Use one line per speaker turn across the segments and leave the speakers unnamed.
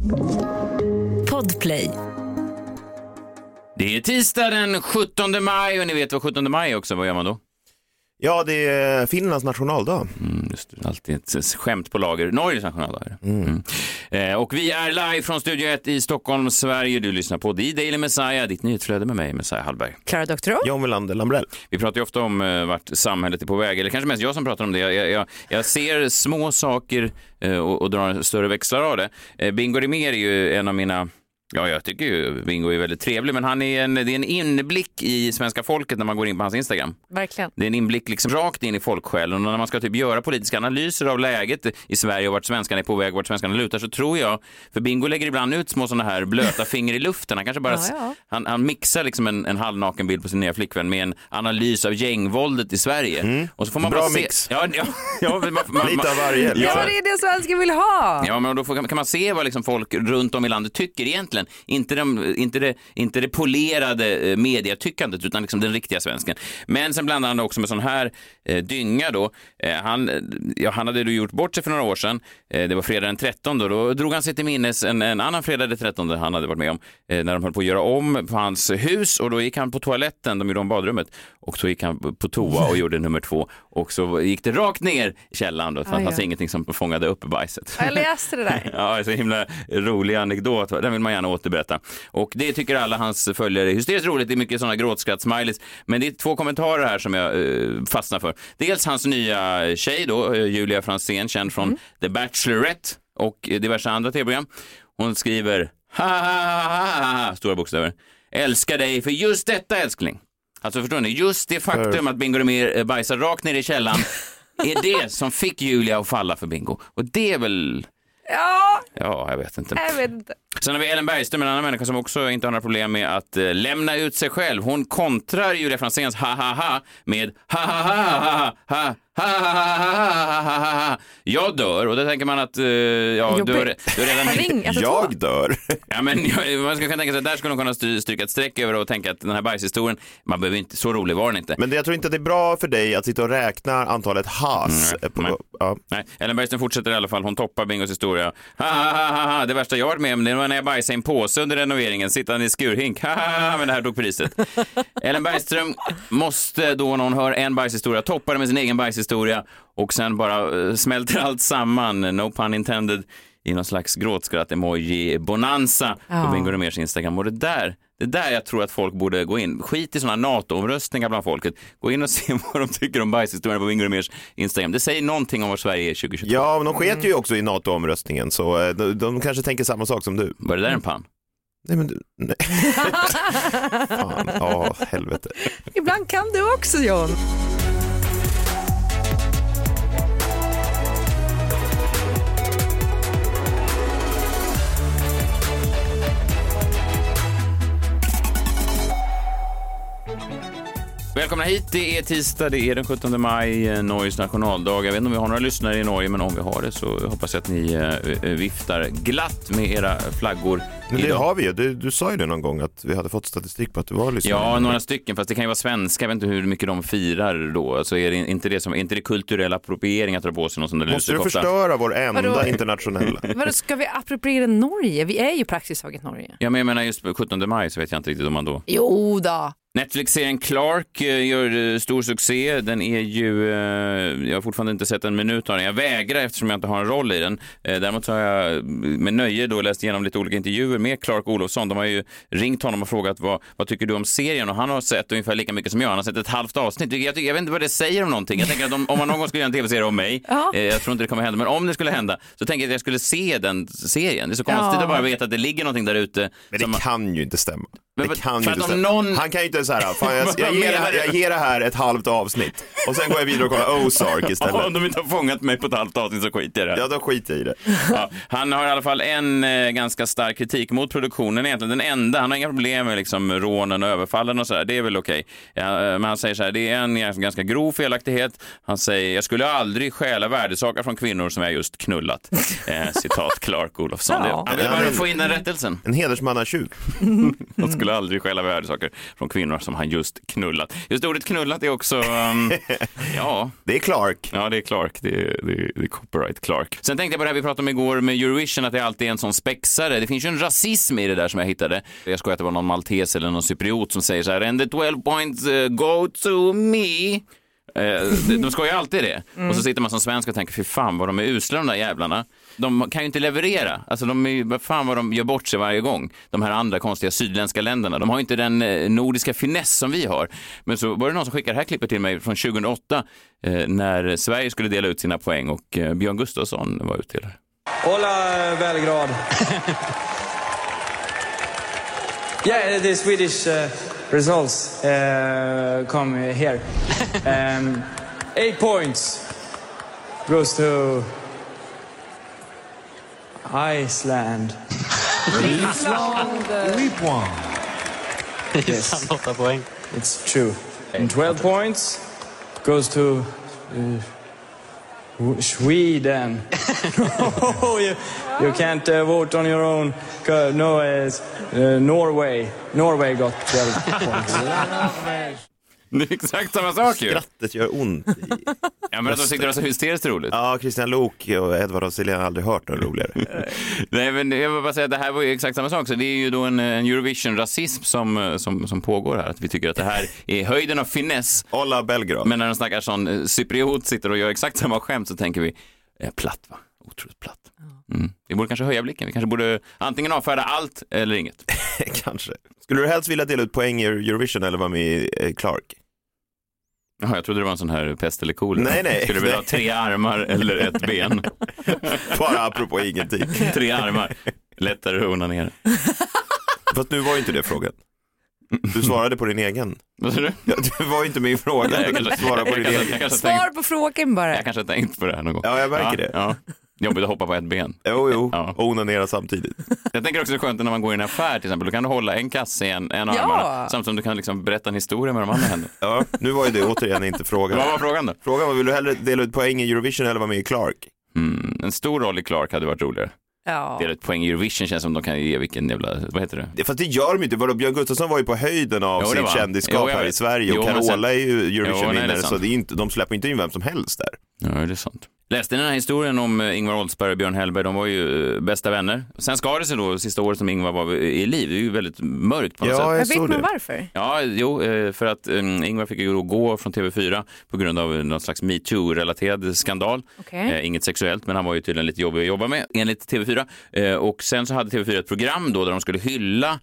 Podplay.
Det är tisdag den 17 maj och ni vet vad 17 maj också, vad gör man då?
Ja, det är Finlands nationaldag.
Just det, alltid ett skämt på lager. Norges nationaldag. Och vi är live från Studio 1 i Stockholm, Sverige. Du lyssnar på The Daily Messiah, ditt nyhetsflöde med mig, Messiah Hallberg.
Klara Doktorov.
John Welander Lambrell.
Vi pratar ju ofta om vart samhället är på väg, eller kanske mest jag som pratar om det. Jag ser små saker och drar större växlar av det. Bingo Rimér är ju en av mina... Ja, jag tycker ju Bingo är väldigt trevlig, men det är en inblick i svenska folket när man går in på hans Instagram.
Verkligen.
Det är en inblick liksom rakt in i folksjälen, och när man ska typ göra politiska analyser av läget i Sverige och vart svenskarna är på väg, vart svenskarna lutar, så tror jag, för Bingo lägger ibland ut små sådana här blöta finger i luften. Han kanske bara han mixar liksom en halvnaken bild på sin nya flickvän med en analys av gängvåldet i Sverige. Och så får man
bra
bara
mix.
Ja,
Lite av varje.
Ja, det är det svenskar vill ha.
Ja, men då kan man se vad liksom folk runt om i landet tycker egentligen. Inte det polerade mediatyckandet, utan liksom den riktiga svensken. Men sen blandar han också med sån här dynga då. Han hade ju gjort bort sig för några år sedan. Det var fredag den 13, då drog han sig till minnes en annan fredag den 13 han hade varit med om. När de höll på att göra om på hans hus, och då gick han på toaletten, de gjorde om badrummet, och så gick han på toa och gjorde nummer 2. Och så gick det rakt ner i källaren då, för det fanns ingenting som fångade upp bajset.
Jag läste det där.
Ja, det är så himla rolig anekdot. Den vill man gärna återberätta. Och det tycker alla hans följare är hysteriskt roligt. Det är mycket sådana gråtskratt-smileys. Men det är 2 kommentarer här som jag fastnar för. Dels hans nya tjej då, Julia Franzén, känd från The Bachelorette och diverse andra tv-program. Hon skriver ha, stora bokstäver. Älskar dig för just detta, älskling. Alltså förstår ni, just det faktum att Bingo Rimér bajsar rakt ner i källan är det som fick Julia att falla för Bingo. Och det är väl... Ja, jag vet inte. Sen har vi Ellen Bergström, en annan människa som också inte har några problem med att lämna ut sig själv. Hon kontrar Julia Franzéns ha med ha. Jag dör, och då tänker man att du redan...
Jag dör.
Ja, men man ska kunna tänka sig att där skulle de kunna stryka ett streck över och tänka att den här bajshistorien, man behöver inte, så rolig var den inte.
Men jag tror inte att det är bra för dig att sitta och räkna antalet has.
Nej. Ellen Bergström fortsätter i alla fall, hon toppar Bingos historia. Det värsta jag varit med om, det var när jag bajsade i en påse under renoveringen, sittande i skurhink. Men det här tog priset. Ellen Bergström måste då, när hon hör en bajshistoria, toppa det med sin egen bajshistoria, och sen bara smälter allt samman, no pun intended, i någon slags gråtskratt-emoji-bonanza på Bingo Rimérs Instagram. Och det där jag tror att folk borde gå in. Skit i sådana NATO-omröstningar bland folket. Gå in och se vad de tycker om bajshistorien på Bingo Rimérs Instagram. Det säger någonting om vad Sverige är 2022. Ja,
men de sket ju också i NATO-omröstningen, så de kanske tänker samma sak som du.
Var det där en pan?
Nej, men nej. Fan, helvete.
Ibland kan du också, John.
Välkomna hit, det är tisdag, det är den 17 maj, Norges nationaldag. Jag vet inte om vi har några lyssnare i Norge, men om vi har det så hoppas jag att ni viftar glatt med era flaggor.
Men det har vi ju, du sa ju det någon gång att vi hade fått statistik på att du var lyssnare.
Ja, några stycken, fast det kan ju vara svenska, jag vet inte hur mycket de firar då. Så är det inte det kulturell appropriering att dra på sig någon sån där
lusekofta. Måste du förstöra vår enda internationella?
Vadå, ska vi appropriera Norge? Vi är ju praktiskt taget Norge.
Ja, men jag menar just på 17 maj så vet jag inte riktigt om man då...
Jo då.
Netflix-serien Clark gör stor succé. Den är ju... jag har fortfarande inte sett en minut av den. Jag vägrar eftersom jag inte har en roll i den. Däremot så har jag med nöje då läst igenom lite olika intervjuer med Clark Olofsson. De har ju ringt honom och frågat vad tycker du om serien? Och han har sett ungefär lika mycket som jag. Han har sett ett halvt avsnitt. Jag vet inte vad det säger om någonting. Jag tänker att om man någon gång skulle göra en tv-serie om mig, jag tror inte det kommer hända, men om det skulle hända så tänker jag att jag skulle se den serien. Det är så konstigt att bara veta att det ligger någonting där ute.
Men det kan ju inte stämma. Det kan
ju
inte stämma. Han kan ju inte så här, fan, jag ger det här ett halvt avsnitt och sen går jag vidare och kollar Ozark istället.
Om de inte har fångat mig på ett halvt avsnitt så skiter jag i det.
Ja, då skiter jag i det.
Ja, han har i alla fall en ganska stark kritik mot produktionen egentligen. Den enda, han har inga problem med liksom rånen och överfallen och sådär, det är väl okej. Ja, men han säger så här, det är en ganska grov felaktighet. Han säger, jag skulle aldrig stjäla värdesaker från kvinnor som jag just knullat. Citat Clark Olofsson. Ja. Det var att få in den rättelsen.
En hedersmannatjuv.
Han skulle skulle aldrig stjäla värdesaker från kvinnor som han just knullat. Just ordet knullat är också, ja.
Det är Clark.
Ja, det är Clark. Det är copyright Clark. Sen tänkte jag på det här vi pratade om igår med Eurovision, att det alltid är en sån spexare. Det finns ju en rasism i det där som jag hittade. Jag skojar att det var någon maltes eller någon cypriot som säger så här: and the 12 points go to me. De ska ju alltid det. Och så sitter man som svensk och tänker, fy fan vad de är usla de där jävlarna. De kan ju inte leverera. Alltså de är ju, fan vad de gör bort sig varje gång. De här andra konstiga sydländska länderna. De har ju inte den nordiska finess som vi har. Men så var det någon som skickade det här klippet till mig från 2008 när Sverige skulle dela ut sina poäng och Björn Gustafsson var utdelare.
Hola Belgrad. Yeah, the Swedish results come here. 8 points goes to Iceland.
Island. 8 points.
Yes,
8 poäng.
it's true. And 12 points goes to Sweden. you can't vote on your own. No, Norway. Norway got 12 points.
Det är exakt samma sak ju.
Skrattet gör ont i.
Ja, men att de tyckte det var så hysteriskt roligt.
Ja, Christian Lok och Edvard af Sillén har aldrig hört något roligare.
Nej, men jag vill bara säga att det här var ju exakt samma sak. Så det är ju då en Eurovision-rasism som pågår här. Att vi tycker att det här är höjden av finess.
Hola Belgrad.
Men när de snackar sån cypriot sitter och gör exakt samma skämt så tänker vi, platt va? Otroligt platt. Vi borde kanske höja blicken. Vi kanske borde antingen avfärda allt eller inget.
Kanske. Skulle du helst vilja dela ut poäng i Eurovision eller vara med i Clark?
Jaha, jag trodde det var en sån här pest eller kolera.
Nej.
Skulle du vilja ha 3 armar eller ett ben?
Bara apropå ingenting.
3 armar. Lättare att onanera.
Fast nu var ju inte det frågan. Du svarade på din egen.
Vad sa du?
Ja, du var ju inte med i frågan. Du svara på din egen.
Svar på frågan bara.
Jag kanske har tänkt på det här någon gång.
Ja, jag märker det.
Ja. Jobbigt att hoppa på ett ben.
Jo.
Ja.
Och onanera samtidigt.
Jag tänker också det är skönt när man går i en affär till exempel. Då kan du hålla en kasse i en armar. Samtidigt som du kan liksom berätta en historia med de andra händerna.
Ja, nu var ju det återigen inte frågan.
Vad var frågan då?
Frågan var, vill du hellre dela ut poäng i Eurovision eller vara med i Clark?
En stor roll i Clark hade varit roligare.
Ja.
Dela ut poäng i Eurovision känns som de kan ge vilken jävla, vad heter det?
Fast det gör de inte. Björn Gustafsson var ju på höjden av sitt kändisskap här i Sverige. Och Carola är ju Eurovision-vinnare, så det är inte, de släpper inte in vem som helst där.
Ja, det är sant. Läste den här historien om Ingvar Oldsberg och Björn Hellberg, de var ju bästa vänner. Sen skar det sig då sista året som Ingvar var i liv. Det är ju väldigt mörkt på något sätt.
Jag vet man varför?
Ja, för att Ingvar fick ju då gå från TV4 på grund av någon slags MeToo-relaterad skandal.
Okay.
Inget sexuellt, men han var ju tydligen lite jobbig att jobba med enligt TV4. Och sen så hade TV4 ett program då där de skulle hylla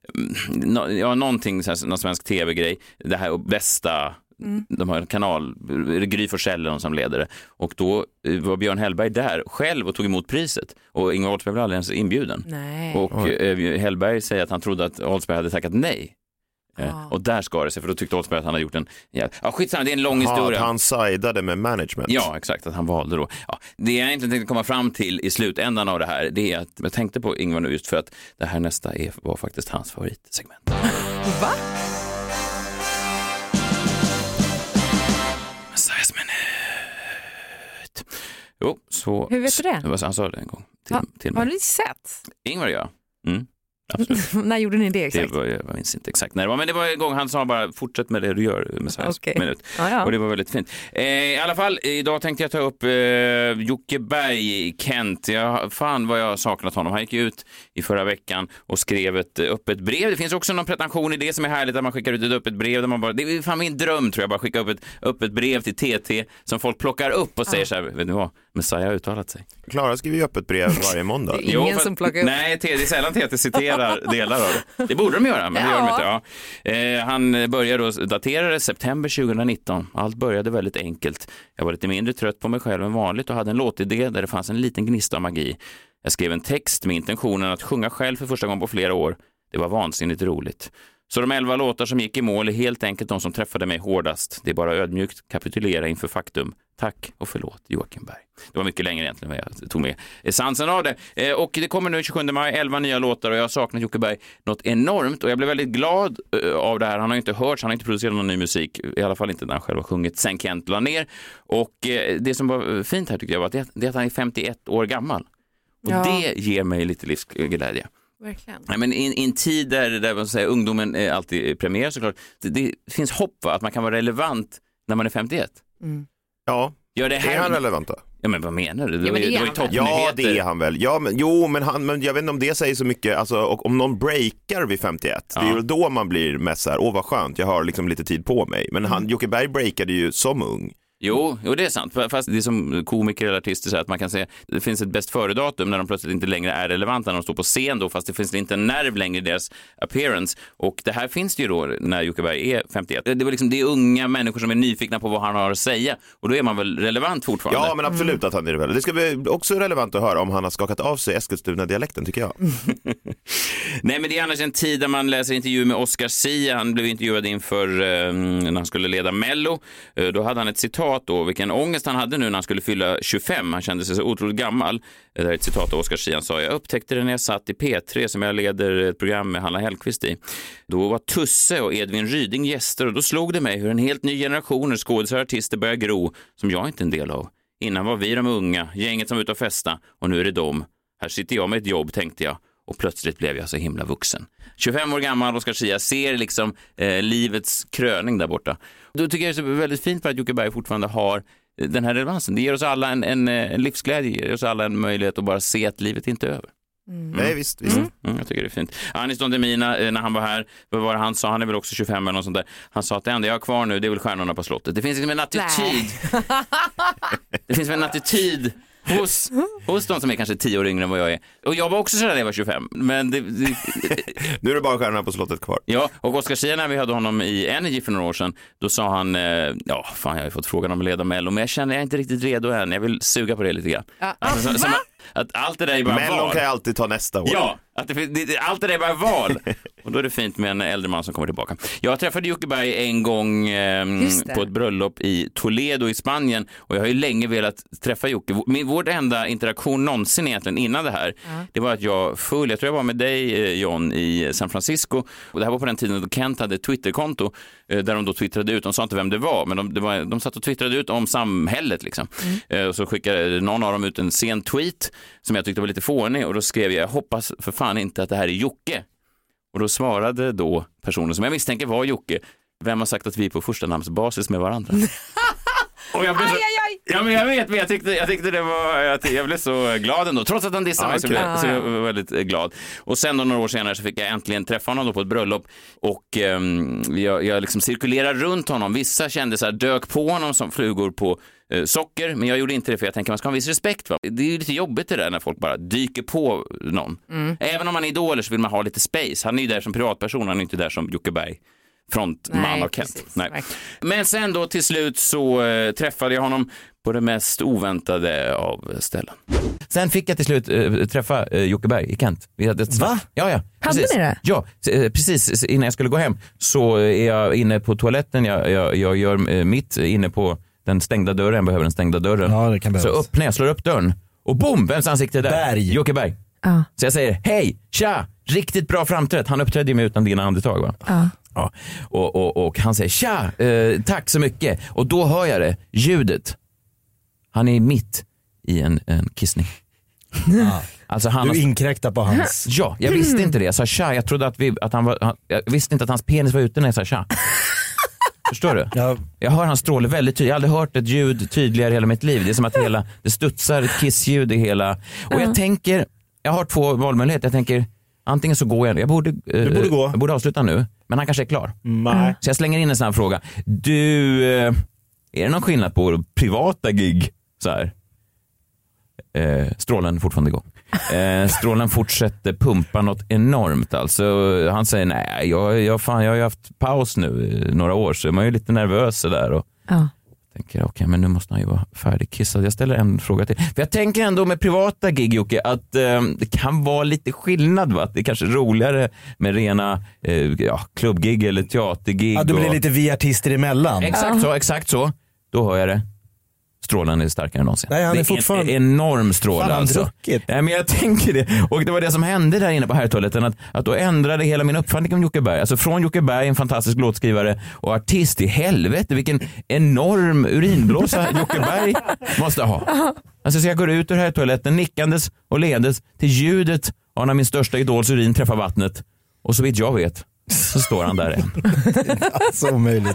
någonting, någon svensk TV-grej, det här bästa. De har en kanal, Gry Forssell som ledare. Och då var Björn Hellberg där själv och tog emot priset. Och Ingvar Oldsberg blev aldrig ens inbjuden.
Nej.
Och Hellberg säger att han trodde att Oldsberg hade tackat nej. Och där skar det sig, för då tyckte Oldsberg att han hade gjort en... Ja, skitsamma, det är en lång historia.
Att han sidade med management.
Ja, exakt, att han valde då. Ja, det jag inte tänkte komma fram till i slutändan av det här, det är att jag tänkte på Ingvar nu just för att det här nästa var faktiskt hans favoritsegment.
Va?
Messiahs minut. Jo, så...
Hur vet du det?
Han sa det en gång till mig.
Har du sett?
Ingvar, ja. Absolut.
När gjorde ni det exakt?
Jag minns inte exakt när det var, men det var en gång han sa bara fortsätt med det du gör med Sveriges minut.
Ja.
Och det var väldigt fint. I alla fall, idag tänkte jag ta upp Jocke Berg, Kent. Fan vad jag har saknat honom. Han gick ut i förra veckan och skrev ett öppet brev. Det finns också någon pretension i det som är härligt, att man skickar ut ett öppet brev där man bara, det är fan min dröm tror jag, bara skicka upp ett öppet brev till TT som folk plockar upp och säger så här, vet du vad, Messiah har uttalat sig.
Klara skriver ju öppet brev varje måndag.
Det är ingen som plockar upp.
Nej, det är sällan TT citerar delar av det. Det borde de göra, men det gör de inte. Ja. Han började då datera det september 2019. Allt började väldigt enkelt. Jag var lite mindre trött på mig själv än vanligt och hade en låtidé där det fanns en liten gnista av magi. Jag skrev en text med intentionen att sjunga själv för första gången på flera år. Det var vansinnigt roligt. Så de 11 låtar som gick i mål är helt enkelt de som träffade mig hårdast. Det är bara ödmjukt kapitulera inför faktum. Tack och förlåt, Joakim Berg. Det var mycket längre egentligen vad jag tog med essensen av det. Och det kommer nu 27 maj, 11 nya låtar och jag har saknat Jocke Berg något enormt. Och jag blev väldigt glad av det här. Han har ju inte hörts, han har inte producerat någon ny musik. I alla fall inte när han själv har sjungit sen Kent la ner. Och det som var fint här tycker jag var att han är 51 år gammal. Och det ger mig lite livsglädje.
Verkligen.
Nej, men i en tid där man säger, ungdomen är alltid premiär såklart. Det finns hopp, va? Att man kan vara relevant när man är 51.
Mm. Ja,
är
han relevant då?
Ja, men vad menar du?
Ja,
det är han väl. Ja, men jag vet inte om det säger så mycket. Alltså, och om någon breakar vid 51, det är ju då man blir mest så här, vad skönt, jag har liksom lite tid på mig. Men Jocke Berg breakade ju som ung.
Jo, det är sant. Fast det är som komiker eller artister så att man kan säga det finns ett bäst före-datum när de plötsligt inte längre är relevanta när de står på scen då, fast det finns inte en nerv längre i deras appearance. Och det här finns det ju då när Jocke Berg är 51. Det var liksom det är unga människor som är nyfikna på vad han har att säga och då är man väl relevant fortfarande. Ja,
men absolut att han är relevant. Det ska bli också relevant att höra om han har skakat av sig Eskilstuna-dialekten, tycker jag.
Nej, men det är annars en tid där man läser intervju med Oscar Sia. Han blev intervjuad inför när han skulle leda Mello. Då hade han ett citat då, vilken ångest han hade nu när han skulle fylla 25. Han kände sig så otroligt gammal. Det är ett citat av Oscar Sia. Han sa, jag upptäckte det när jag satt i P3 som jag leder ett program med Hanna Hellquist i. Då var Tusse och Edvin Ryding gäster och då slog det mig hur en helt ny generation skådespelare och artister börjar gro som jag inte är en del av. Innan var vi de unga, gänget som var ute och festa och nu är det dem. Här sitter jag med ett jobb, tänkte jag. Och plötsligt blev jag så himla vuxen. 25 år gammal, Oscar Sia ser liksom livets kröning där borta. Då tycker jag det är väldigt fint för att Jocke Berg fortfarande har den här relevansen. Det ger oss alla en livsglädje, ger oss alla en möjlighet att bara se att livet inte är över.
Nej, visst.
Jag tycker det är fint. Anis Don Demina, när han var här, vad var det han sa? Han är väl också 25 eller något sånt där. Han sa att det enda jag har kvar nu, det är väl Stjärnorna på slottet. Det finns liksom en attityd. Det finns en attityd hos de som är kanske 10 år yngre än vad jag är. Och jag var också så när jag var 25. Men
nu är det bara Stjärnorna på slottet kvar.
Ja, och Oscar Sia, när vi hade honom i Energy för några år sedan, då sa han, jag har ju fått frågan om att leda Mello, men jag känner jag är inte riktigt redo än. Jag vill suga på det lite grann. Alltså, att allt det där är bara
Mello
val.
Kan jag alltid ta nästa år.
Ja, att allt det där är bara val. Och då är det fint med en äldre man som kommer tillbaka. Jag träffade Jocke Berg en gång på ett bröllop i Toledo i Spanien. Och jag har ju länge velat träffa Jocke. Vår enda interaktion någonsin egentligen innan det här, det var att jag tror jag var med dig, John, i San Francisco. Och det här var på den tiden då Kent hade ett Twitterkonto där de då twittrade ut. De sa inte vem det var, men de satt och twittrade ut om samhället liksom. Och så skickade någon av dem ut en sen tweet som jag tyckte var lite fånig. Och då skrev jag hoppas för fan inte att det här är Jocke. Och då svarade då personen som jag misstänker var Jocke, vem har sagt att vi är på första namnsbasis med varandra? Och jag blev så, ja, men jag vet, men jag tyckte det var, jag blev så glad ändå. Trots att han dissade mig så jag var väldigt glad. Och sen då några år senare så fick jag äntligen träffa honom då på ett bröllop. Och jag liksom cirkulerade runt honom. Vissa kände så här, dök på honom som flugor på socker. Men jag gjorde inte det för jag tänker man ska ha en viss respekt. Va? Det är ju lite jobbigt det där när folk bara dyker på någon. Även om man är idoler så vill man ha lite space. Han är ju där som privatperson, han är inte där som Jocke Berg. Frontman av Kent. Nej. Men sen då till slut så träffade jag honom på det mest oväntade av ställen. Sen fick jag till slut träffa Jocke Berg i Kent.
Va?
Ja.
Hade ni det?
Ja, precis innan jag skulle gå hem så är jag inne på toaletten. Jag gör mitt inne på den stängda dörren. Jag behöver den stängda dörren.
Ja, det kan behövas.
Så öppnar jag, slår upp dörren och boom, vems ansikte är där?
Berg.
Jocke Berg. Så jag säger, hej, tja, riktigt bra framträtt. Han uppträdde ju med utan dina andetag, va? Ja. Och han säger, tja, tack så mycket. Och då hör jag det, ljudet. Han är mitt i en kissning. Alltså
du inkräktar på hans...
Ja, jag visste inte det. Jag sa tja, jag trodde att han var... Jag visste inte att hans penis var ute när jag sa tja. Förstår du?
Ja.
Jag hör hans stråle väldigt tydligt. Jag har aldrig hört ett ljud tydligare i hela mitt liv. Det är som att det studsar ett kissljud i hela... Och jag tänker, jag har 2 valmöjligheter. Jag tänker, antingen så går jag. Jag borde gå. Jag borde avsluta nu. Men han kanske är klar.
Nej.
Så jag slänger in en sån här fråga. Du, är det någon skillnad på privata gig? Så här. Strålen fortfarande igång. Strålen fortsätter pumpa något enormt. Alltså, han säger, nej, jag har ju haft paus nu några år så man är ju lite nervös där och tänker, okej, men nu måste han ju vara färdigkissad. Jag ställer en fråga till. För jag tänker ändå med privata gig, Jocke, att det kan vara lite skillnad, va? Att det är kanske roligare med rena klubbgig eller teatergig.
Ja, du blir lite vi artister emellan.
Exakt så. Då hör jag det. Strålen är starkare än någonsin.
Nej, han är fortfarande
en enorm stråle.
Fan,
alltså. Nej, men jag tänker det. Och det var det som hände där inne på herrtoaletten, att då ändrade hela min uppfattning om Jocke Berg. Alltså från Jocke Berg, en fantastisk låtskrivare och artist, i helvete vilken enorm urinblåsa Jocke Berg måste ha. Alltså så jag går ut ur herrtoaletten nickandes och ledes till ljudet Och när min största idols urin träffar vattnet, och så vitt jag vet, så står han där än.
Så omöjligt.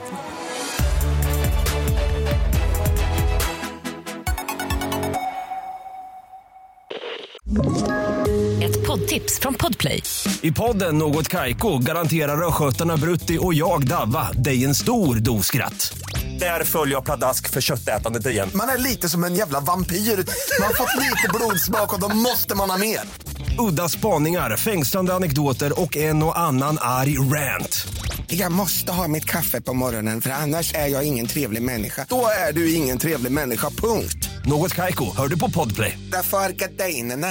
Ett poddtips från Podplay.
I podden Något Kaiko garanterar röskötarna Brutti och jag Davva dig en stor doskratt. Där följer jag pladask för köttätandet igen.
Man är lite som en jävla vampyr. Man har fått lite blodsmak och då måste man ha mer.
Udda spaningar, fängslande anekdoter och en och annan arg rant.
Jag måste ha mitt kaffe på morgonen för annars är jag ingen trevlig människa. Då är du ingen trevlig människa, punkt.
Något Kaiko, hör du på Podplay.
Därför är gardinerna.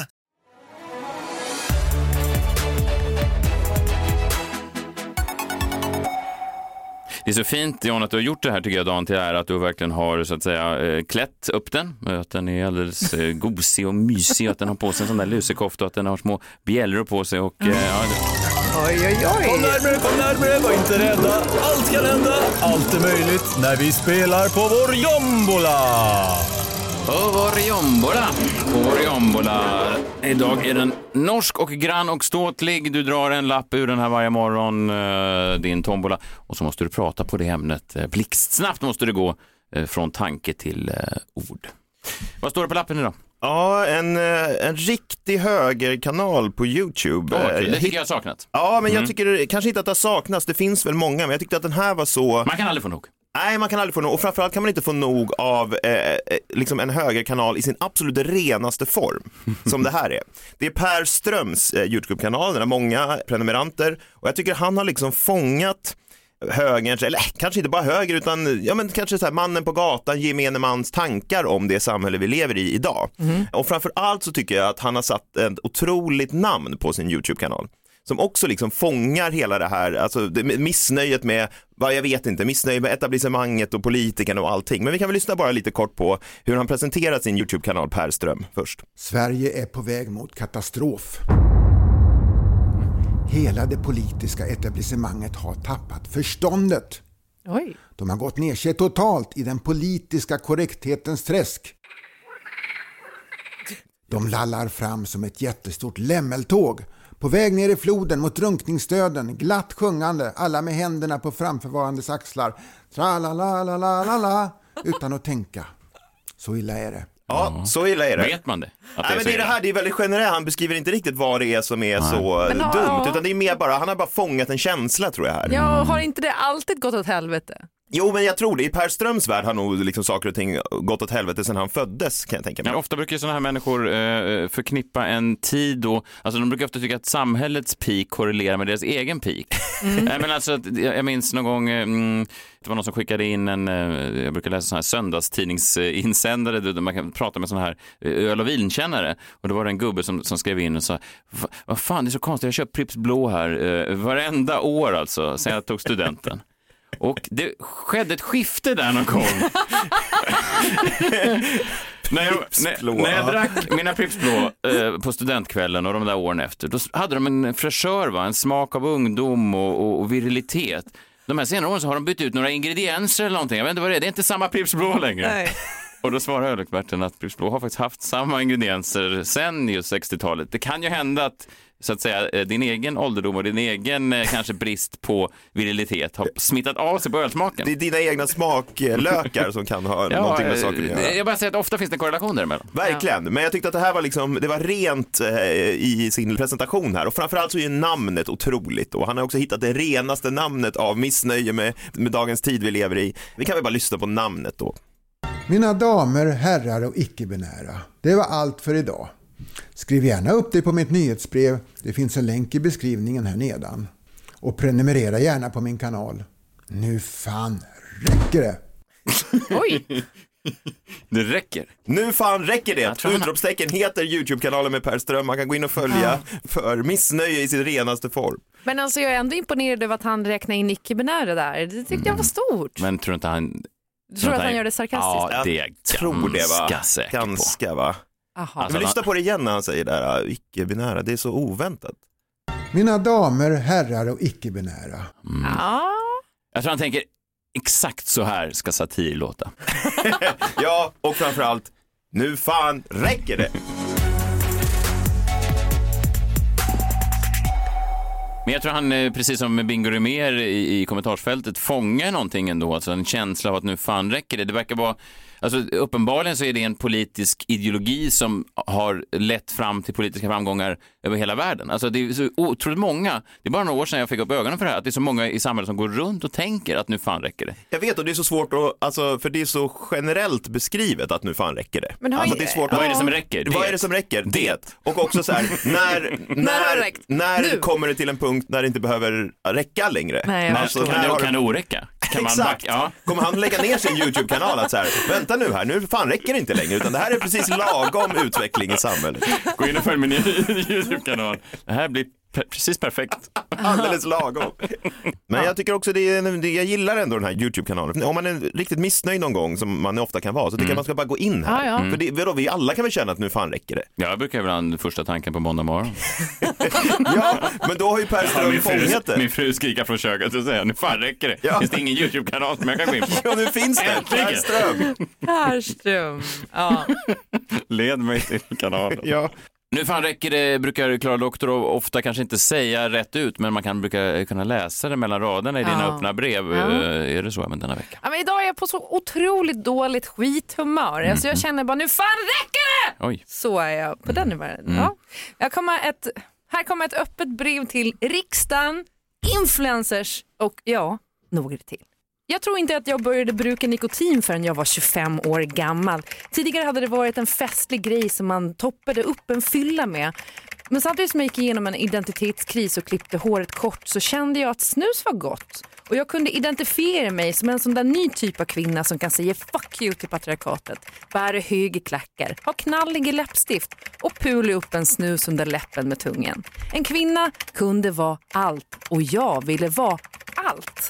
Det är så fint, John, att du har gjort det här, tycker jag, Dan, till att du verkligen har, så att säga, klätt upp den. Att den är alldeles gosig och mysig, att den har på sig en sån där lusekofta och att den har små bjällror på sig. Och,
Oj, oj, oj.
Kom närmare, var inte rädda. Allt kan hända, allt är möjligt när vi spelar på vår jombola.
Och vår jombola. Idag är den norsk och grann och ståtlig. Du drar en lapp ur den här varje morgon, din tombola. Och så måste du prata på det ämnet. Blixtsnabbt måste du gå från tanke till ord. Vad står det på lappen idag?
Ja, en riktig högerkanal på YouTube.
Det tycker jag har saknat.
Ja, men jag tycker kanske inte att det har saknats. Det finns väl många, men jag tyckte att den här var så...
Man kan aldrig få nog.
Nej, man kan aldrig få nog. Och framförallt kan man inte få nog av liksom en högerkanal i sin absolut renaste form, som det här är. Det är Per Ströms YouTube-kanal, den har många prenumeranter. Och jag tycker han har liksom fångat högerns, eller kanske inte bara höger, utan ja, men kanske så här, mannen på gatan, gemene mans tankar om det samhälle vi lever i idag. Och framförallt så tycker jag att han har satt ett otroligt namn på sin YouTube-kanal. Som också liksom fångar hela det här, alltså missnöjet med, vad jag vet inte, missnöjet med etablissemanget och politikerna och allting. Men vi kan väl lyssna bara lite kort på hur han presenterat sin YouTube-kanal Per Ström först.
Sverige är på väg mot katastrof. Hela det politiska etablissemanget har tappat förståndet.
Oj.
De har gått ner sig totalt i den politiska korrekthetens träsk. De lallar fram som ett jättestort lämmeltåg. På väg ner i floden mot drunkningsdöden, glatt sjungande, alla med händerna på framförvarandes axlar. Tra-la-la-la-la-la, utan att tänka. Så illa är det.
Ja, så illa är det.
Vet man det?
Nej, men det är det här, det är väldigt generellt. Han beskriver inte riktigt vad det är som är så dumt, utan det är mer bara, han har bara fångat en känsla, tror jag här.
Ja, har inte det alltid gått åt helvete?
Jo, men jag tror det. I Per Ströms värld har nog liksom saker och ting gått åt helvete sedan han föddes, kan jag tänka mig.
Ja, ofta brukar sådana här människor förknippa en tid och, alltså de brukar ofta tycka att samhällets peak korrelerar med deras egen peak. Men alltså, jag minns någon gång, det var någon som skickade in jag brukar läsa sådana här söndagstidningsinsändare där man kan prata med sådana här öl- och vinkännare, och då var det en gubbe som skrev in och sa, vad fan, det är så konstigt, jag har köpt Pripps Blå här varenda år alltså, sen jag tog studenten. Och det skedde ett skifte där någon gång. när jag drack mina Pripps Blå på studentkvällen och de där åren efter, då hade de en fräschör, en smak av ungdom och virilitet. De här senare åren så har de bytt ut några ingredienser eller någonting. Jag vet inte vad det är. Det är inte samma Pripps Blå längre. Nej. Och då svarar ölexperten att Pripps Blå har faktiskt haft samma ingredienser sen just 60-talet. Det kan ju hända att, så att säga, din egen ålderdom och din egen kanske brist på virilitet har smittat av sig på ölsmaken.
Det är dina egna smaklökar som kan ha någonting med saker att göra.
Jag bara säger att ofta finns det en korrelation däremellan.
Verkligen, men jag tyckte att det här var liksom, det var rent i sin presentation här, och framförallt så är namnet otroligt, och han har också hittat det renaste namnet av missnöje med dagens tid vi lever i. Vi kan väl bara lyssna på namnet då.
Mina damer, herrar och icke-binära, det var allt för idag. Skriv gärna upp det på mitt nyhetsbrev, det finns en länk i beskrivningen här nedan. Och prenumerera gärna på min kanal. Nu fan räcker det!
Oj!
Det räcker.
Nu fan räcker det! Utropstecken heter YouTube-kanalen med Per Ström. Man kan gå in och följa för missnöje i sin renaste form.
Men alltså jag är ändå imponerad över att han räknar in icke-binära där. Det tyckte jag var stort.
Men tror inte han...
Tror att han gör det sarkastiskt?
Ja, det är
tror det, va?
Säker
ganska på. Va?
Aha.
Men lyssna på det igen när han säger där, icke-binära. Det är så oväntat.
Mina damer, herrar och icke-binära.
Ja.
Jag tror han tänker, exakt så här ska satir låta.
Ja, och framförallt, nu fan räcker det!
Men jag tror han, precis som med Bingo Rimér i kommentarsfältet, fångar någonting ändå. Alltså en känsla av att nu fan räcker det. Det verkar vara, alltså uppenbarligen så är det en politisk ideologi som har lett fram till politiska framgångar över hela världen. Alltså det är så otroligt många. Det är bara några år sedan jag fick upp ögonen för det här. Att det är så många i samhället som går runt och tänker att nu fan räcker det.
Jag vet, och det är så svårt att, alltså, för det är så generellt beskrivet att nu fan räcker det.
Men
alltså, det är svårt att...
Vad är det som räcker?
Vad är det som räcker? Det. Och också så här, när kommer det till en punkt när det inte behöver räcka längre?
Nej,
alltså,
kan det oräcka? Kan man
exakt.
Ja.
Kommer han lägga ner sin YouTube-kanal att så här, vänta nu fan räcker det inte längre, utan det här är precis lagom utveckling i samhället.
Gå in och följ min YouTube-kanal. Det här blir precis perfekt.
Alldeles lagom. Men jag tycker också jag gillar ändå den här YouTube-kanalen. Om man är riktigt missnöjd någon gång, som man ofta kan vara, så tycker jag man ska bara gå in här. För vi alla kan väl känna att nu fan räcker det.
Jag brukar ibland första tanken på måndag morgon.
Ja, men då har ju Per Ström fångat det.
Min fru skriker från köket och säger, nu fan räcker det. Ja. Finns det ingen YouTube-kanal som jag kan gå in på?
Ja, nu finns det. Per Ström.
Per Ström, ja.
Led mig till kanalen.
Ja.
Nu fan räcker det, brukar Klara Doktorov ofta kanske inte säga rätt ut, men man brukar kunna läsa det mellan raderna i dina öppna brev. Är det så även denna vecka?
Ja, men idag är jag på så otroligt dåligt skithumör. Alltså jag känner bara, nu fan räcker det!
Oj.
Så är jag på den humören. Ja. Här kommer ett öppet brev till riksdagen, influencers och några till. Jag tror inte att jag började bruka nikotin förrän jag var 25 år gammal. Tidigare hade det varit en festlig grej som man toppade upp en fylla med. Men samtidigt som jag gick igenom en identitetskris och klippte håret kort så kände jag att snus var gott. Och jag kunde identifiera mig som en sån där ny typ av kvinna som kan säga fuck you till patriarkatet, bära högerklackar, ha knallig läppstift och pula upp en snus under läppen med tungen. En kvinna kunde vara allt och jag ville vara allt.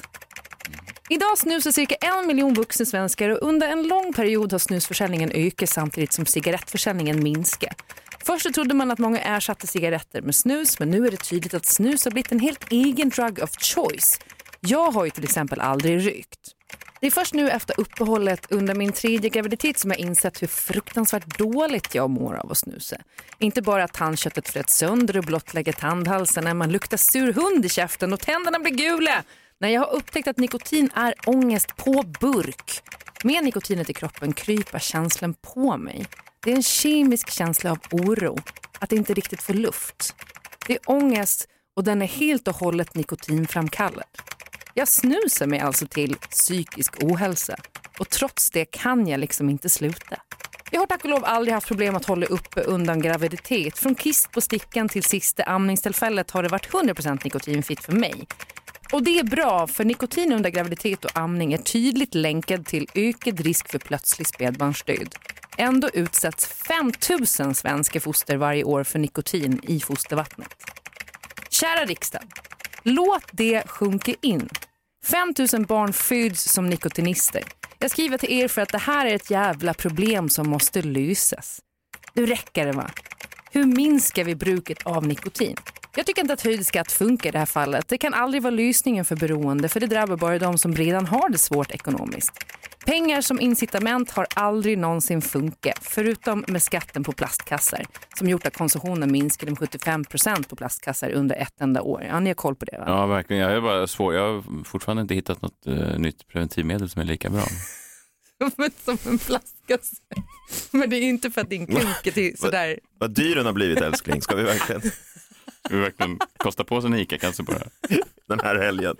Idag snusar cirka 1 miljon vuxna svenskar och under en lång period har snusförsäljningen ökat samtidigt som cigarettförsäljningen minskar. Först så trodde man att många ersatte cigaretter med snus, men nu är det tydligt att snus har blivit en helt egen drug of choice. Jag har ju till exempel aldrig rökt. Det är först nu efter uppehållet under min 3:e graviditet som jag insett hur fruktansvärt dåligt jag mår av att snusa. Inte bara att tandköttet flöt sönder och blottlägger tandhalsen när man luktar sur hund i käften och tänderna blir gula. När jag har upptäckt att nikotin är ångest på burk. Med nikotinet i kroppen kryper känslan på mig. Det är en kemisk känsla av oro, att inte riktigt få luft. Det är ångest och den är helt och hållet nikotinframkallad. Jag snusar mig alltså till psykisk ohälsa och trots det kan jag liksom inte sluta. Jag har tack och lov aldrig haft problem att hålla uppe undan graviditet. Från kist på stickan till sista amningstillfället har det varit 100% nikotinfritt för mig. Och det är bra, för nikotin under graviditet och amning är tydligt länkad till ökad risk för plötslig spädbarnsdöd. Ändå utsätts 5000 svenska foster varje år för nikotin i fostervattnet. Kära riksdag, låt det sjunka in. 5000 barn föds som nikotinister. Jag skriver till er för att det här är ett jävla problem som måste lösas. Nu räcker det, va? Hur minskar vi bruket av nikotin? Jag tycker inte att höjd skatt funkar i det här fallet. Det kan aldrig vara lösningen för beroende, för det drabbar bara de som redan har det svårt ekonomiskt. Pengar som incitament har aldrig någonsin funkat, förutom med skatten på plastkassar, som gjort att konsumtionen minskade med 75% på plastkassar under ett enda år. Ja, ni har koll på det, va?
Ja, verkligen. Jag har fortfarande inte hittat något nytt preventivmedel som är lika bra.
Som en plastkasse. Men det är inte för att din kuk är till sådär.
Vad dyr den har blivit, älskling. Ska vi verkligen
kosta på sig en ICA-kasse på det här?
Den här helgen.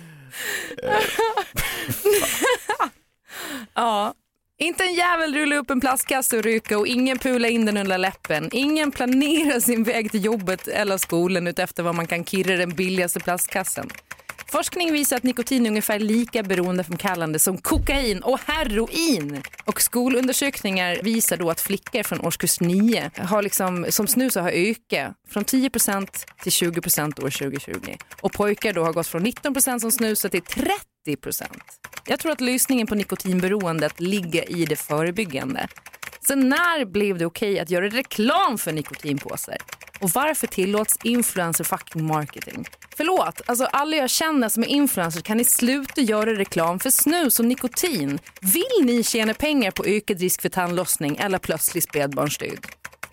Ja, inte en jävel rullar upp en plastkasse och ryka och ingen pular in den under läppen. Ingen planerar sin väg till jobbet eller skolan utefter vad man kan kirra den billigaste plastkassen. Forskning visar att nikotin är ungefär lika beroendeframkallande som kokain och heroin. Och skolundersökningar visar då att flickor från årskurs 9 har som snusar har ökat från 10% till 20% år 2020. Och pojkar då har gått från 19% som snusar till 30%. Jag tror att lösningen på nikotinberoendet ligger i det förebyggande. Så när blev det okej att göra reklam för nikotinpåsar? Och varför tillåts influencer fucking marketing? Förlåt, alltså alla jag känner som är influencers, kan ni sluta göra reklam för snus och nikotin? Vill ni tjäna pengar på ökad risk för tandlossning eller plötslig spädbarnsdöd?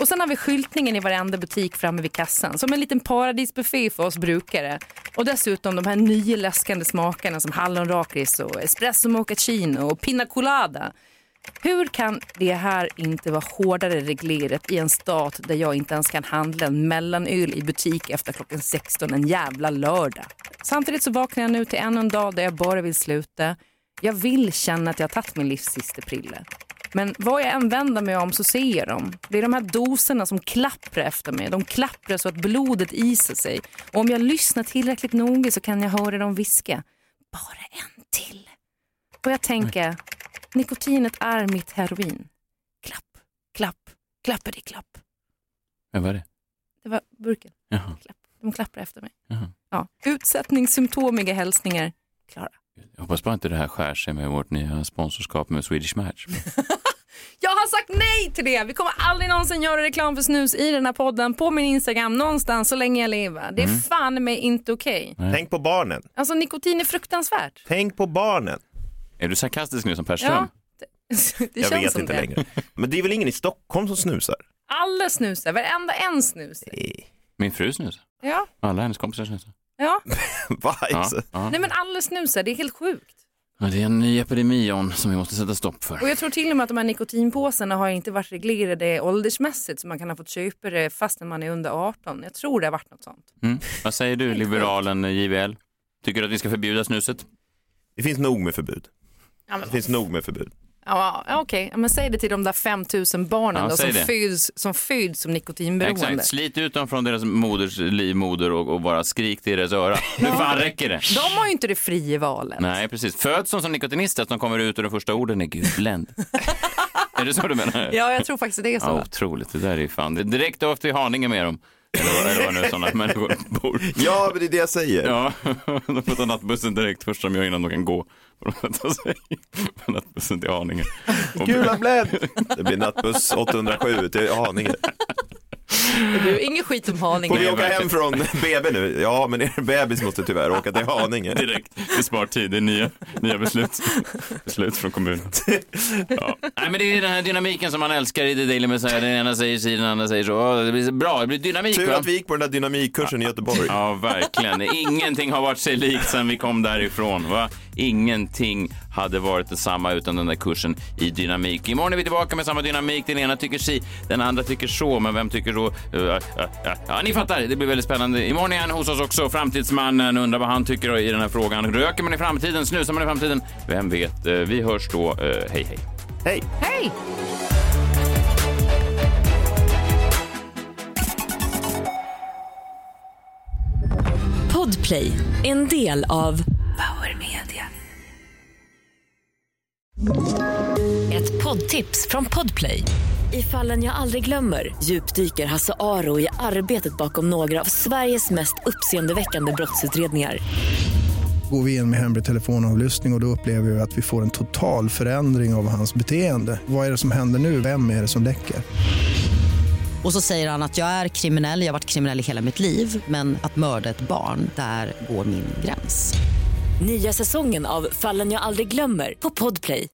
Och sen har vi skyltningen i varenda butik framme vid kassan. Som en liten paradisbuffé för oss brukare. Och dessutom de här nya läskande smakerna som hallonrakris och espresso mochaccino och pina colada. Hur kan det här inte vara hårdare reglerat i en stat där jag inte ens kan handla en mellanöl i butik efter klockan 16 en jävla lördag? Samtidigt så vaknar jag nu till en dag där jag bara vill sluta. Jag vill känna att jag har tagit min livs sista prille. Men vad jag än vänder mig om så ser jag dem. Det är de här doserna som klapprar efter mig. De klapprar så att blodet isar sig. Och om jag lyssnar tillräckligt noga så kan jag höra dem viska. Bara en till. Och jag tänker, nikotinet är mitt heroin. Klapp, klapp, klappar det klapp.
Vad var det?
Det var burken.
Jaha.
Klapp. De klappar efter mig.
Jaha.
Ja. Utsättningssymptomiga hälsningar. Klara.
Jag hoppas bara inte det här skär sig med vårt nya sponsorskap med Swedish Match.
Jag har sagt nej till det. Vi kommer aldrig någonsin göra reklam för snus i den här podden på min Instagram någonstans så länge jag lever. Det är fan mig inte okej.
Tänk på barnen.
Alltså nikotin är fruktansvärt.
Tänk på barnen.
Är du sarkastisk nu som Perström?
Ja, det
Jag
känns
vet
som
inte
det.
längre. Men det är väl ingen i Stockholm som snusar?
Alla snusar, varenda en snusar.
Min fru snusar.
Ja.
Alla hennes kompisar snusar.
Ja.
Va?
Ja.
Nej men alla snusar, det är helt sjukt.
Ja, det är en ny epidemi som vi måste sätta stopp för.
Och jag tror till och med att de här nikotinpåsarna har inte varit reglerade åldersmässigt så man kan ha fått köpa det fastän man är under 18. Jag tror det har varit något sånt.
Vad säger du, liberalen JVL? Tycker du att vi ska förbjuda snuset?
Det finns nog med förbud.
Ja, men
Det finns nog med förbud.
Ja, okej. Ja, men säg det till de där 5000 barnen då, som föds som nikotinberoende.
Exakt, slit ut dem från deras moders livmoder och bara skrik till deras öra. Nu fan räcker det.
De har ju inte det fria valet.
Nej, precis. Föds de som nikotinister att de kommer ut och de första orden är gudbländ. Är det så du menar?
Ja, jag tror faktiskt det är så.
Ja, otroligt. Det där är ju fan. Det är direkt av till Haninge med dem. Eller vad nu sådana människor bor.
Ja, men det är det jag säger.
Ja, de får ta nattbussen direkt först som jag innan de kan gå. Och de tar sig på nattbussen till Haninge.
Gula blädd! Det blir nattbuss 807 till Haninge.
Det är ingen skit om Haninge.
Får vi åka hem från BB nu? Ja, men er bebis måste tyvärr åka till Haninge.
Direkt, det spar tid, det är nya beslut från kommunen. Ja. Nej, men det är den här dynamiken som man älskar i The Daily Messiah. Den ena säger si, den andra säger så. Det blir bra, det blir dynamik.
Tur att vi gick på den där dynamikkursen i Göteborg.
Ja, verkligen. Ingenting har varit sig likt sedan vi kom därifrån, va? Ingenting hade varit detsamma utan den där kursen i dynamik. Imorgon är vi tillbaka med samma dynamik. Den ena tycker si, den andra tycker så. Men vem tycker så? Ja, ni fattar. Det blir väldigt spännande. Imorgon är han hos oss också. Framtidsmannen undrar vad han tycker i den här frågan. Röker man i framtiden? Snusar man i framtiden? Vem vet? Vi hörs då. Hej, hej.
Hej.
Hej!
Podplay, en del av
Power Media.
ett poddtips från Podplay. I Fallen jag aldrig glömmer djupdyker Hasse Aro i arbetet bakom några av Sveriges mest uppseendeväckande brottsutredningar.
Går vi in med hemlig telefonavlyssning och då upplever vi att vi får en total förändring av hans beteende. Vad är det som händer nu? Vem är det som läcker?
Och så säger han att jag är kriminell, jag har varit kriminell i hela mitt liv. Men att mörda ett barn, där går min gräns.
Nya säsongen av Fallen jag aldrig glömmer på Podplay.